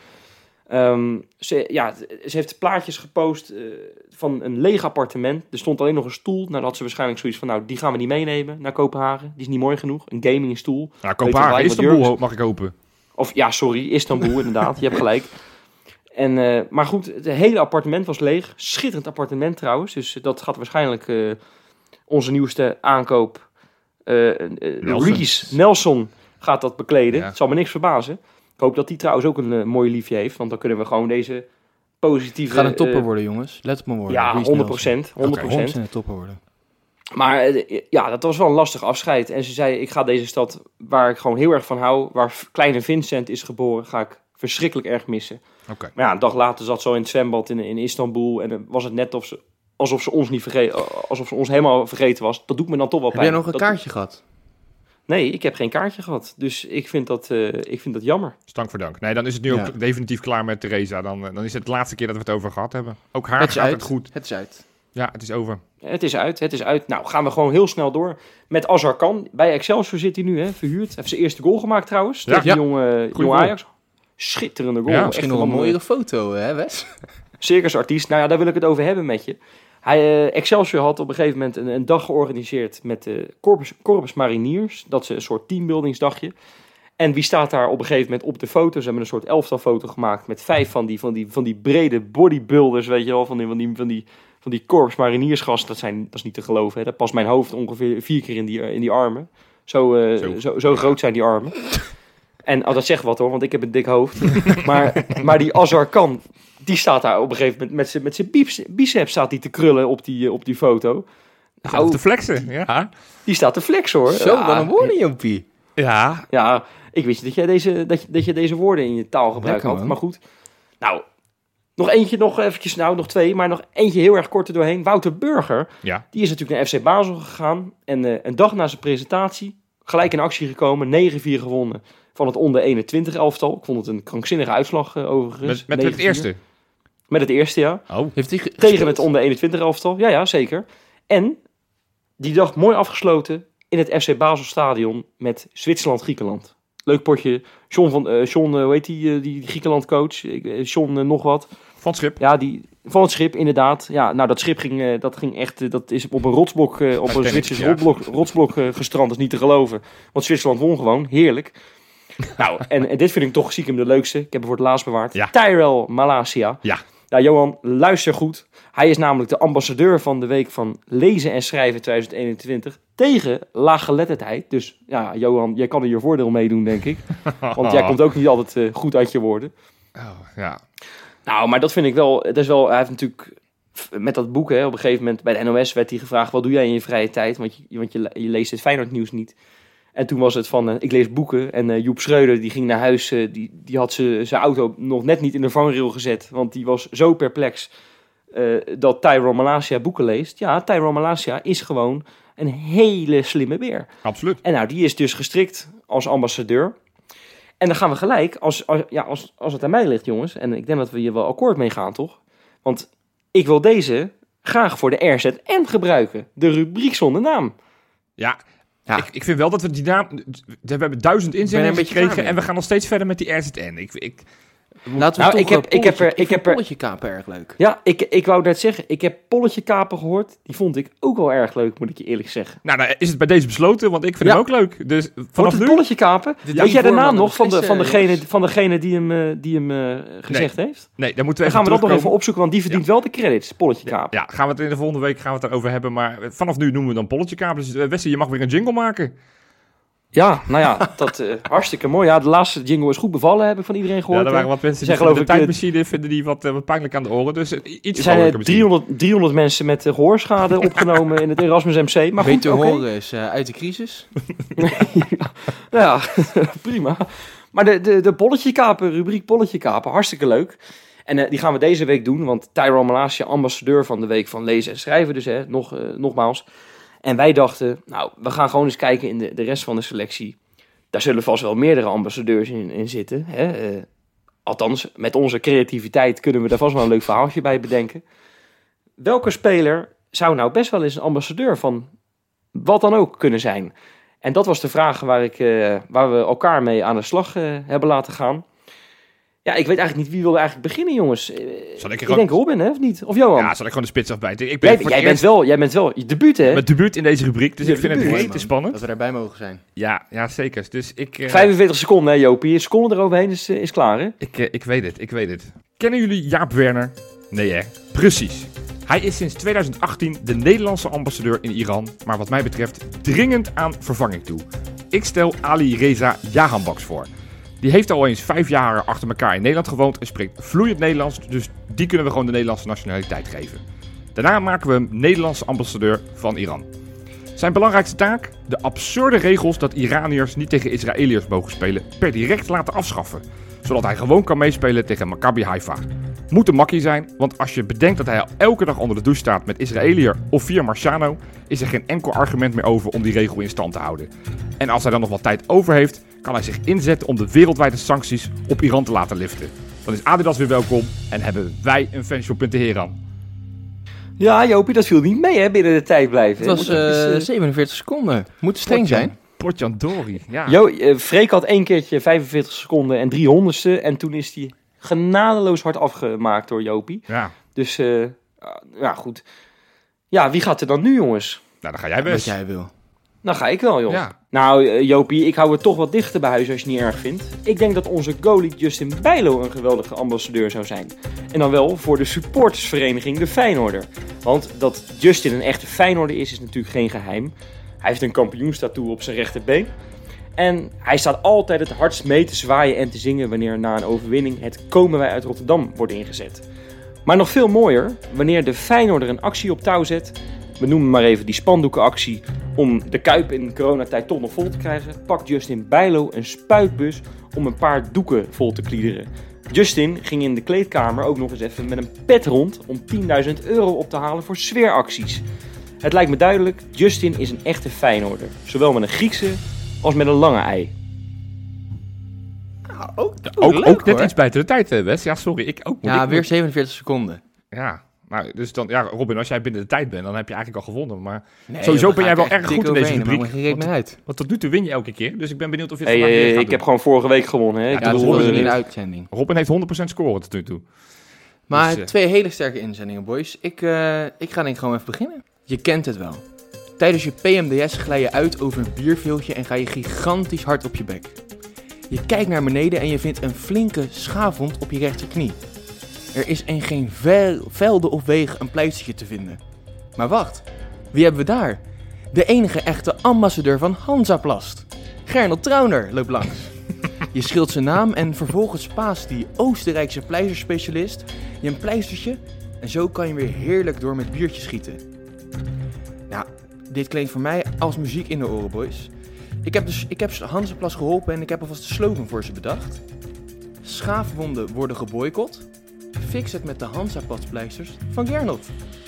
Ze heeft plaatjes gepost van een leeg appartement. Er stond alleen nog een stoel. Nou, dan had ze waarschijnlijk zoiets van, die gaan we niet meenemen naar Kopenhagen. Die is niet mooi genoeg. Een gamingstoel. Ja, Kopenhagen, Istanbul mag ik hopen. Istanbul inderdaad. Je hebt gelijk. Maar goed, het hele appartement was leeg. Schitterend appartement trouwens. Dus dat gaat waarschijnlijk onze nieuwste aankoop. Reece Nelson gaat dat bekleden. Ja. Het zal me niks verbazen. Ik hoop dat die trouwens ook een mooi liefje heeft. Want dan kunnen we gewoon deze positieve... Het gaat een topper worden, jongens. Let op me worden. Ja, 100%. 100%. Een topper worden. Maar dat was wel een lastig afscheid. En ze zei, ik ga deze stad waar ik gewoon heel erg van hou... waar kleine Vincent is geboren, ga ik verschrikkelijk erg missen. Okay. Maar een dag later zat ze al in het zwembad in Istanbul... en dan was het net alsof ze ons niet vergeten... alsof ze ons helemaal vergeten was. Dat doet me dan toch wel pijn. Heb jij nog een kaartje gehad? Nee, ik heb geen kaartje gehad. Dus ik vind dat jammer. Stank voor dank. Nee, dan is het nu ook definitief klaar met Theresa. Dan is het de laatste keer dat we het over gehad hebben. Ook haar gaat het goed. Het is uit. Ja, het is over. Het is uit. Nou, gaan we gewoon heel snel door met Azarkan. Bij Excelsior zit hij nu, hè, verhuurd. Hij heeft zijn eerste goal gemaakt trouwens. Ja. Tegen jonge goal. Ajax. Schitterende goal. Ja, Misschien nog een mooiere foto, hè Wes? Circusartiest. Nou ja, daar wil ik het over hebben met je. Excelsior had op een gegeven moment een dag georganiseerd met de Corpus Mariniers. Dat is een soort teambuildingsdagje. En wie staat daar op een gegeven moment op de foto? Ze hebben een soort 11-tal-foto gemaakt met 5 van die brede bodybuilders, weet je wel, van die Corpus Mariniers gasten. Dat is niet te geloven, hè. Dat past mijn hoofd ongeveer 4 keer in die armen. Zo groot zijn die armen. En dat zegt wat hoor, want ik heb een dik hoofd. maar die Azarkan, die staat daar op een gegeven moment met zijn biceps staat die te krullen op die foto. Nou, te flexen, ja. Die staat te flexen hoor. Zo, wat een woorden, Jopie. Ja. Ja, ik wist niet dat jij deze woorden in je taalgebruik had. Maar goed. Nou, nog eentje, nog 2, maar nog eentje heel erg kort er doorheen. Wouter Burger, die is natuurlijk naar FC Basel gegaan. En een dag na zijn presentatie gelijk in actie gekomen. 9-4 gewonnen van het onder 21 elftal. Ik vond het een krankzinnige uitslag overigens. Met het eerste? Met het eerste, ja. Oh. Heeft hij tegen het onder 21 elftal. Ja, zeker. En die dag mooi afgesloten in het FC Basel stadion met Zwitserland-Griekenland. Leuk potje. John, hoe heet die Griekenland coach? John nog wat. Van het Schip. Ja, van het Schip, inderdaad. Ja, nou dat schip ging echt, dat is op een rotsblok, op een Zwitsers rotsblok gestrand. Dat is niet te geloven. Want Zwitserland won gewoon. Heerlijk. Nou, en dit vind ik toch stiekem de leukste. Ik heb hem voor het laatst bewaard. Ja. Tyrell Malacia. Ja. Nou, Johan, luister goed. Hij is namelijk de ambassadeur van de week van Lezen en Schrijven 2021 tegen laaggeletterdheid. Dus ja, Johan, jij kan er je voordeel mee doen, denk ik. Want jij komt ook niet altijd goed uit je woorden. Oh, ja. Nou, maar dat vind ik wel, hij heeft natuurlijk met dat boek, hè, op een gegeven moment bij de NOS werd hij gevraagd, wat doe jij in je vrije tijd? Want je leest het Feyenoord nieuws niet. En toen was het van, ik lees boeken. En Joep Schreuder, die ging naar huis. Die had zijn auto nog net niet in de vangrail gezet. Want die was zo perplex dat Tyrell Malacia boeken leest. Ja, Tyrell Malacia is gewoon een hele slimme beer. Absoluut. En nou, die is dus gestrikt als ambassadeur. En dan gaan we gelijk, als het aan mij ligt, jongens. En ik denk dat we hier wel akkoord mee gaan, toch? Want ik wil deze graag voor de RZN gebruiken. De rubriek zonder naam. Ja. Ik vind wel dat we die naam... We hebben 1000 inzendingen gekregen en we gaan nog steeds verder met die RZN. Laten we ik heb Polletje Kapen erg leuk. Ja, ik wou net zeggen, ik heb Polletje Kapen gehoord. Die vond ik ook wel erg leuk, moet ik je eerlijk zeggen. Nou, is het bij deze besloten, want ik vind hem ook leuk. Dus vanaf het nu... Polletje Kapen? Weet jij de naam nog van degene die hem gezegd heeft? Nee, dan moeten we gaan we dat nog even opzoeken, want die verdient wel de credits, Polletje Kapen. Ja, gaan we het in de volgende week erover hebben. Maar vanaf nu noemen we dan Polletje Kapen. Dus Wesley, je mag weer een jingle maken. Ja, nou ja, dat hartstikke mooi. Ja, de laatste jingle is goed bevallen, heb ik van iedereen gehoord. Ja, er waren wat mensen die de tijdmachine vinden die wat pijnlijk aan de oren. Dus iets er zijn 300 mensen met gehoorschade opgenomen in het Erasmus MC. Maar beter horen is uit de crisis. Ja, prima. Maar de Polletje Kapen, rubriek Polletje Kapen, hartstikke leuk. En die gaan we deze week doen, want Tyrell Malacia, ambassadeur van de week van Lezen en Schrijven, dus nogmaals. En wij dachten, nou, we gaan gewoon eens kijken in de rest van de selectie. Daar zullen vast wel meerdere ambassadeurs in zitten. Hè? Althans, met onze creativiteit kunnen we daar vast wel een leuk verhaaltje bij bedenken. Welke speler zou nou best wel eens een ambassadeur van wat dan ook kunnen zijn? En dat was de vraag waar we elkaar mee aan de slag hebben laten gaan. Ja, ik weet eigenlijk niet wie wilde eigenlijk beginnen, jongens. Ik denk Robin, hè, of niet? Of Johan? Ja, zal ik gewoon de spits afbijten? Jij bent wel je debuut, hè? Mijn debuut in deze rubriek, dus ik vind het heel spannend. Dat we daarbij mogen zijn. Ja, zeker. Dus 45 seconden, hè, Jopie. Een seconde eroverheen is klaar, hè? Ik weet het. Kennen jullie Jaap Werner? Nee, hè? Precies. Hij is sinds 2018 de Nederlandse ambassadeur in Iran, maar wat mij betreft dringend aan vervanging toe. Ik stel Ali Reza Jahanbaks voor. Die heeft al eens 5 jaar achter elkaar in Nederland gewoond en spreekt vloeiend Nederlands, dus die kunnen we gewoon de Nederlandse nationaliteit geven. Daarna maken we hem Nederlandse ambassadeur van Iran. Zijn belangrijkste taak? De absurde regels dat Iraniërs niet tegen Israëliërs mogen spelen per direct laten afschaffen, zodat hij gewoon kan meespelen tegen Maccabi Haifa. Moet een makkie zijn, want als je bedenkt dat hij al elke dag onder de douche staat met Israëliër of via Marciano, is er geen enkel argument meer over om die regel in stand te houden. En als hij dan nog wat tijd over heeft, kan hij zich inzetten om de wereldwijde sancties op Iran te laten liften. Dan is Adidas weer welkom en hebben wij een fanshop in Teheran. Ja, Jopie, dat viel niet mee, hè, binnen de tijd blijven. Het was 47 seconden. Moet streng zijn. Potjandori, ja. Freek had 1 keertje 45 seconden en 300ste. En toen is hij genadeloos hard afgemaakt door Jopie. Ja. Dus, ja, goed. Ja, wie gaat er dan nu, jongens? Nou, dan ga jij best. Wat jij wil. Dan ga ik wel, joh. Ja. Nou, Jopie, ik hou het toch wat dichter bij huis als je het niet erg vindt. Ik denk dat onze goalie Justin Bijlo een geweldige ambassadeur zou zijn. En dan wel voor de supportersvereniging de Feyenoorder. Want dat Justin een echte Feyenoorder is natuurlijk geen geheim. Hij heeft een kampioenstattoo op zijn rechterbeen. En hij staat altijd het hardst mee te zwaaien en te zingen wanneer na een overwinning het Komen wij uit Rotterdam wordt ingezet. Maar nog veel mooier, wanneer de Feyenoorder een actie op touw zet, we noemen maar even die spandoekenactie, om de Kuip in de coronatijd toch nog vol te krijgen, pakt Justin Bijlo een spuitbus om een paar doeken vol te kliederen. Justin ging in de kleedkamer ook nog eens even met een pet rond om €10.000 op te halen voor sfeeracties. Het lijkt me duidelijk, Justin is een echte Feyenoorder. Zowel met een Griekse als met een lange ei. Nou, Ook net iets buiten de tijd, Wes. Ja, sorry, ik ook. Weer 47 seconden. Ja, nou, dus dan, ja, Robin, als jij binnen de tijd bent, dan heb je eigenlijk al gewonnen. Maar Nee, sowieso joh, ben jij daar wel ga ik erg echt goed in dik deze overheen, rubriek. maar geen reet meer uit. Want tot nu toe win je elke keer, dus ik ben benieuwd of je het vandaag weer gaat Ik doen. heb gewoon vorige week gewonnen. Hè? Ja, Ik Ja, bedoel, dat horen horen we we in niet. de uitzending. Robin heeft 100% scoren tot nu toe. Maar Dus, 2 hele sterke inzendingen, boys. Ik ga denk ik gewoon even beginnen. Je kent het wel. Tijdens je PMDS glij je uit over een bierveeltje en ga je gigantisch hard op je bek. Je kijkt naar beneden en je vindt een flinke schaafwond op je rechterknie. Er is in geen velden of wegen een pleistertje te vinden. Maar wacht, wie hebben we daar? De enige echte ambassadeur van Hansaplast. Gernot Trauner loopt langs. Je schreeuwt zijn naam en vervolgens paast die Oostenrijkse pleisterspecialist je een pleistertje en zo kan je weer heerlijk door met biertje schieten. Nou, dit klinkt voor mij als muziek in de oren, boys. Ik heb Hansaplast geholpen en ik heb alvast de slogan voor ze bedacht. Schaafwonden worden geboycott. Fix het met de Hansaplastpleisters van Gernot.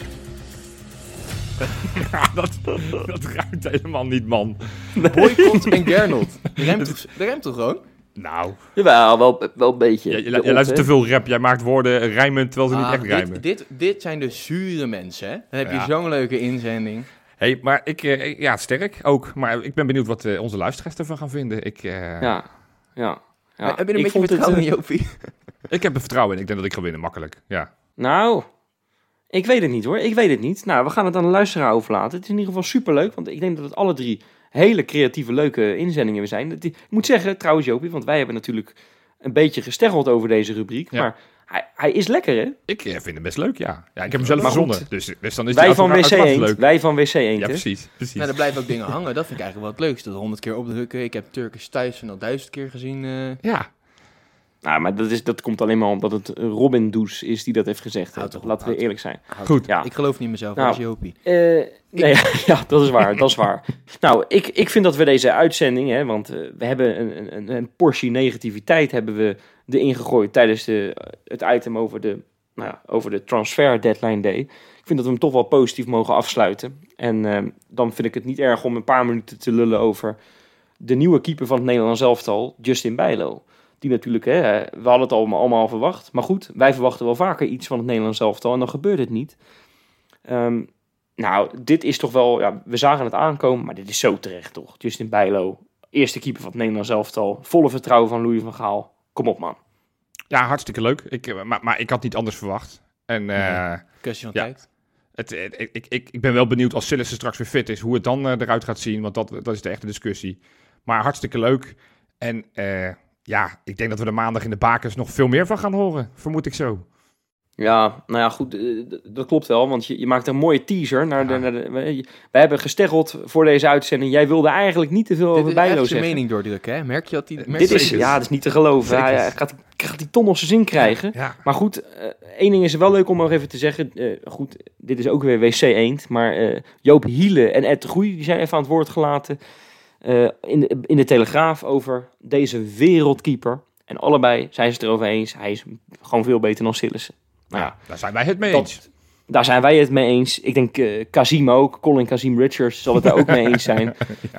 Dat ruimt helemaal niet, man. Boycott en Gernot. De remt toch gewoon? Nou, Jawel, wel een beetje. je luistert te veel rap. Jij maakt woorden rijmen terwijl ze niet echt rijmen. Dit zijn de zure mensen, hè? Dan heb je Ja. zo'n leuke inzending. Hey, maar ja, sterk ook. Maar ik ben benieuwd wat onze luisteraars ervan gaan vinden. Ja. Heb je een Ik beetje vond het, vertrouwen in Jopie? Ik heb er vertrouwen in. Ik denk dat ik ga winnen, makkelijk. Ja. Nou, ik weet het niet hoor. Ik weet het niet. Nou, we gaan het aan de luisteraar overlaten. Het is in ieder geval superleuk, want ik denk dat het alle 3 hele creatieve, leuke inzendingen zijn. Ik moet zeggen, trouwens Jopie, want wij hebben natuurlijk een beetje gesteggeld over deze rubriek. Ja. Maar hij is lekker, hè? Ik vind het best leuk, ja. Ja, ik heb hem zelf Maar verzonnen. goed. Dus dan is Wij die van WC automatisch Eend. leuk. Wij van WC Eend, Ja, hè? precies. Nou, er blijven ook dingen hangen. Dat vind ik eigenlijk wel het leukste. 100 keer opdrukken. Ik heb Turkish Tyson al 1000 keer gezien. Ja. Nou, maar dat komt alleen maar omdat het Robin Does is die dat heeft gezegd. Houd toch op, Laten we houd eerlijk zijn. Goed. Ja. Ik geloof niet in mezelf, Nou, als Jopie. Nee, ja, dat is waar. Dat is waar. Nou, ik vind dat we deze uitzending, hè, want we hebben een portie negativiteit hebben we erin gegooid tijdens het item over de transfer deadline day. Ik vind dat we hem toch wel positief mogen afsluiten. En dan vind ik het niet erg om een paar minuten te lullen over de nieuwe keeper van het Nederlands elftal, Justin Bijlo. Die natuurlijk, we hadden het allemaal verwacht. Maar goed, wij verwachten wel vaker iets van het Nederlands elftal en dan gebeurt het niet. Nou, dit is toch wel, ja, we zagen het aankomen, maar dit is zo terecht toch. Justin Bijlo, eerste keeper van het Nederlands elftal, volle vertrouwen van Louis van Gaal. Kom op man. Ja, hartstikke leuk. Maar ik had niet anders verwacht. En Kwestie van ja. tijd. ik ben wel benieuwd als Sillissen straks weer fit is, hoe het dan eruit gaat zien. Want dat is de echte discussie. Maar hartstikke leuk. En ja, ik denk dat we er maandag in de bakens nog veel meer van gaan horen. Vermoed ik zo. Ja, nou ja, goed, dat klopt wel, want je maakt een mooie teaser. Wij hebben gesteggeld voor deze uitzending. Jij wilde eigenlijk niet te veel over Dit is Bijlo echt zijn zeggen. mening doordrukken, hè? Merk je dat die... Dat is niet te geloven. Zeker. Hij gaat die ton nog zijn zin krijgen. Ja. Maar goed, één ding is wel leuk om nog even te zeggen. Goed, dit is ook weer WC Eend. Maar Joop Hiele en Ed de Groei, die zijn even aan het woord gelaten in de Telegraaf over deze wereldkeeper. En allebei zijn ze het erover eens. Hij is gewoon veel beter dan Sillissen. Nou ja, Daar zijn wij het mee eens. daar zijn wij het mee eens. Ik denk Kazim ook. Colin Kazim Richards zal het daar ook mee eens zijn.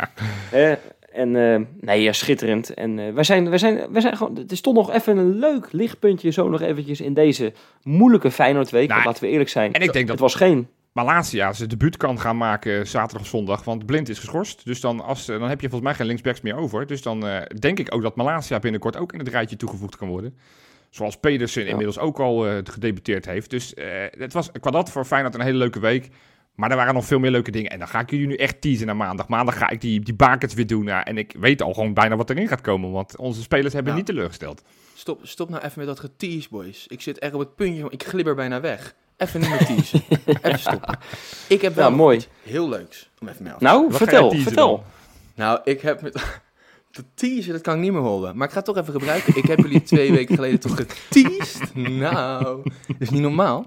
Ja. Nee, schitterend. En wij zijn gewoon... Het is toch nog even een leuk lichtpuntje zo nog eventjes in deze moeilijke Feyenoordweek. Nou, Want laten we eerlijk zijn. en ik denk dat- Het was geen Malacia zijn debuut kan gaan maken zaterdag of zondag, want Blind is geschorst. Dus dan heb je volgens mij geen linksbacks meer over. Dus dan denk ik ook dat Malacia binnenkort ook in het rijtje toegevoegd kan worden. Zoals Pedersen inmiddels ook al gedebuteerd heeft. Dus het was qua dat voor Feyenoord een hele leuke week. Maar er waren nog veel meer leuke dingen. En dan ga ik jullie nu echt teasen naar maandag. Maandag ga ik die bakens weer doen. En ik weet al gewoon bijna wat erin gaat komen. Want onze spelers hebben niet teleurgesteld. Stop nou even met dat getease, boys. Ik zit echt op het puntje, ik glibber bijna weg. Even niet meer teasen. Even stoppen. Ik heb wel mooi. Iets heel leuks om even mee af. Nou, vertel. Nou, ik heb met... Te teasen, dat kan ik niet meer horen. Maar ik ga het toch even gebruiken. Ik heb jullie 2 weken geleden toch geteased. Nou, dat is niet normaal.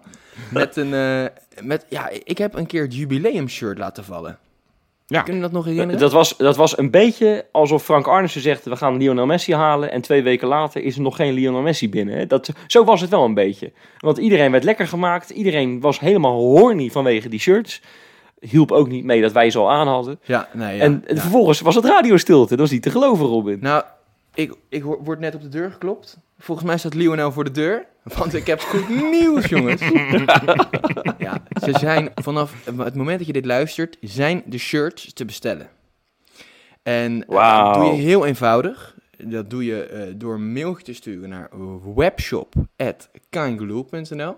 Ik heb een keer het jubileum shirt laten vallen. Ja. Kun je dat nog herinneren? Dat was een beetje alsof Frank Arnissen zegt, we gaan Lionel Messi halen. En 2 weken later is er nog geen Lionel Messi binnen. Hè? Zo was het wel een beetje. Want iedereen werd lekker gemaakt. Iedereen was helemaal horny vanwege die shirts. Hielp ook niet mee dat wij ze al aan hadden. Vervolgens was het radiostilte. Dat was niet te geloven, Robin. Nou, ik word net op de deur geklopt. Volgens mij staat Lionel voor de deur. Want ik heb goed nieuws, jongens. Ja, ze zijn vanaf het moment dat je dit luistert, zijn de shirts te bestellen. En dat doe je heel eenvoudig. Dat doe je door een mailtje te sturen naar webshop@kangaloo.nl.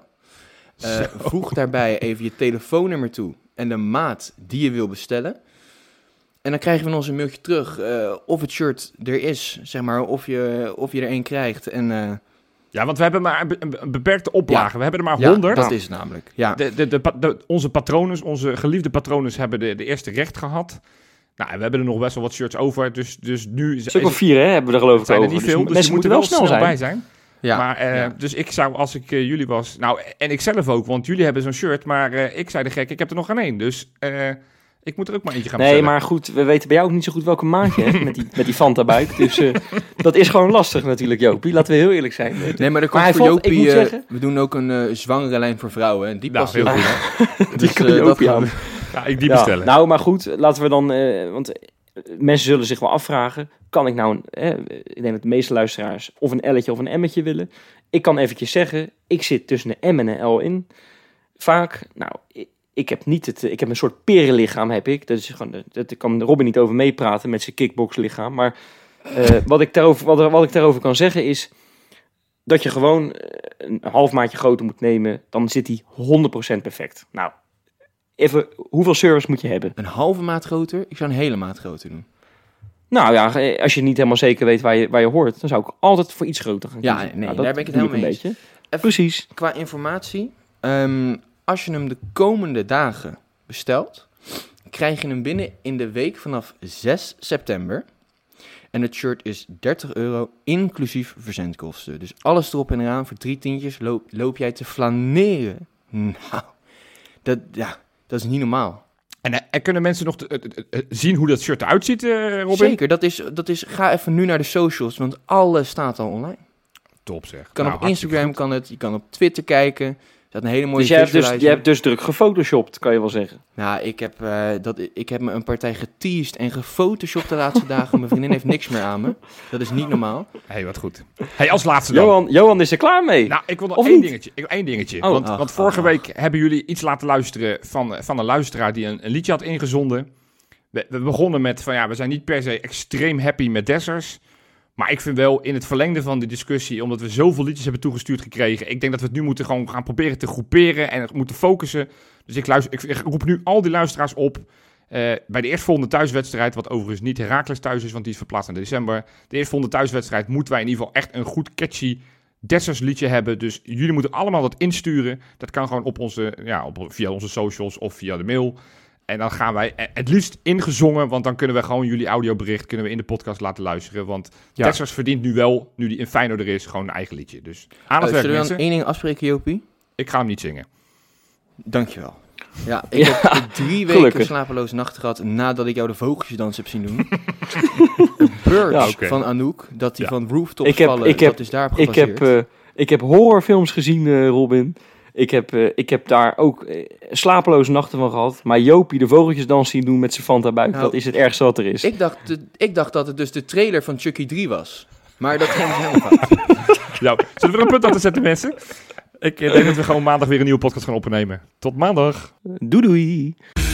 Voeg daarbij even je telefoonnummer toe en de maat die je wil bestellen. En dan krijgen we van ons een mailtje terug of het shirt er is, zeg maar, of je er een krijgt. En, ja, want we hebben maar een beperkte oplage. Ja. We hebben er maar 100. Ja, dat is het namelijk. Ja. Onze patronen, onze geliefde patronen hebben de eerste recht gehad. Nou, we hebben er nog best wel wat shirts over. Dus nu... Stuk of 4 hebben we er geloof ik over. Er niet veel, dus mensen moeten wel snel bij zijn. Ja, maar, Dus ik zou, als ik jullie was... Nou, en ik zelf ook, want jullie hebben zo'n shirt. Maar ik zei de gek, ik heb er nog geen één. Dus ik moet er ook maar eentje gaan bestellen. Nee, maar goed, we weten bij jou ook niet zo goed welke maat je hebt met die Fanta-buik. Dus dat is gewoon lastig natuurlijk, Jopie. Laten we heel eerlijk zijn. Nee, maar er komt voor Jopie... we doen ook een zwangere lijn voor vrouwen. En die past heel goed. Die kan Jopie aan. Ja, ik die bestellen. Nou, maar goed, laten we dan... want mensen zullen zich wel afvragen... Kan ik nou, ik denk dat de meeste luisteraars... of een L'tje of een M'tje willen. Ik kan eventjes zeggen... Ik zit tussen een M en een L in. Vaak, nou... Ik heb een soort perenlichaam, heb ik. Dat is gewoon, daar kan Robin niet over meepraten met zijn kickboxlichaam. Maar wat ik daarover kan zeggen is... dat je gewoon een half maatje groter moet nemen. Dan zit hij 100% perfect. Nou, even, hoeveel service moet je hebben? Een halve maat groter? Ik zou een hele maat groter doen. Nou ja, als je niet helemaal zeker weet waar je hoort... dan zou ik altijd voor iets groter gaan kiezen. Ja, nee, daar ben ik het helemaal mee eens. Even, precies. Qua informatie... als je hem de komende dagen bestelt, krijg je hem binnen in de week vanaf 6 september. En het shirt is €30, inclusief verzendkosten. Dus alles erop en eraan, voor 3 tientjes loop jij te flaneren. Nou, dat is niet normaal. En kunnen mensen nog zien hoe dat shirt eruit ziet, Robin? Zeker, dat is, ga even nu naar de socials, want alles staat al online. Top zeg. Kan op Instagram, kan het, je kan op Twitter kijken... Dat een hele mooie dus je hebt dus druk gefotoshopt, kan je wel zeggen. Nou, ik heb me een partij geteased en gefotoshopt de laatste dagen. Mijn vriendin heeft niks meer aan me. Dat is niet normaal. Hé, wat goed. Hey, als laatste dan. Johan is er klaar mee. Nou, ik wil nog één dingetje. Want vorige week hebben jullie iets laten luisteren van een luisteraar die een liedje had ingezonden. We begonnen met we zijn niet per se extreem happy met Dessers. Maar ik vind wel in het verlengde van die discussie, omdat we zoveel liedjes hebben toegestuurd gekregen, ik denk dat we het nu moeten gewoon gaan proberen te groeperen en moeten focussen. Dus ik roep nu al die luisteraars op. Bij de eerstvolgende thuiswedstrijd, wat overigens niet Heracles thuis is, want die is verplaatst naar december. De eerstvolgende thuiswedstrijd moeten wij in ieder geval echt een goed catchy Dessers liedje hebben. Dus jullie moeten allemaal dat insturen. Dat kan gewoon op via onze socials of via de mail. En dan gaan wij het liefst ingezongen, want dan kunnen we gewoon jullie audiobericht in de podcast laten luisteren. Want Dessers verdient nu wel, nu die in Feyenoord er is, gewoon een eigen liedje. Dus aan het werk, zullen mensen. we dan één ding afspreken, Jopie? Ik ga hem niet zingen. Dankjewel. Ja, ik heb 3 weken slapeloze nachten gehad nadat ik jou de vogeltjesdans heb zien doen. Birds van Anouk, dat die van rooftops vallen, dat is daarop gebaseerd. Ik heb horrorfilms gezien, Robin. Ik heb daar ook slapeloze nachten van gehad. Maar Jopie de vogeltjesdans zien doen met zijn Fanta-buik, dat is het ergste wat er is. Ik dacht dat het dus de trailer van Chucky 3 was. Maar dat ging helemaal fout. Nou, zullen we er een punt achter zetten, mensen? Ik denk dat we gewoon maandag weer een nieuwe podcast gaan opnemen. Tot maandag. Doei doei.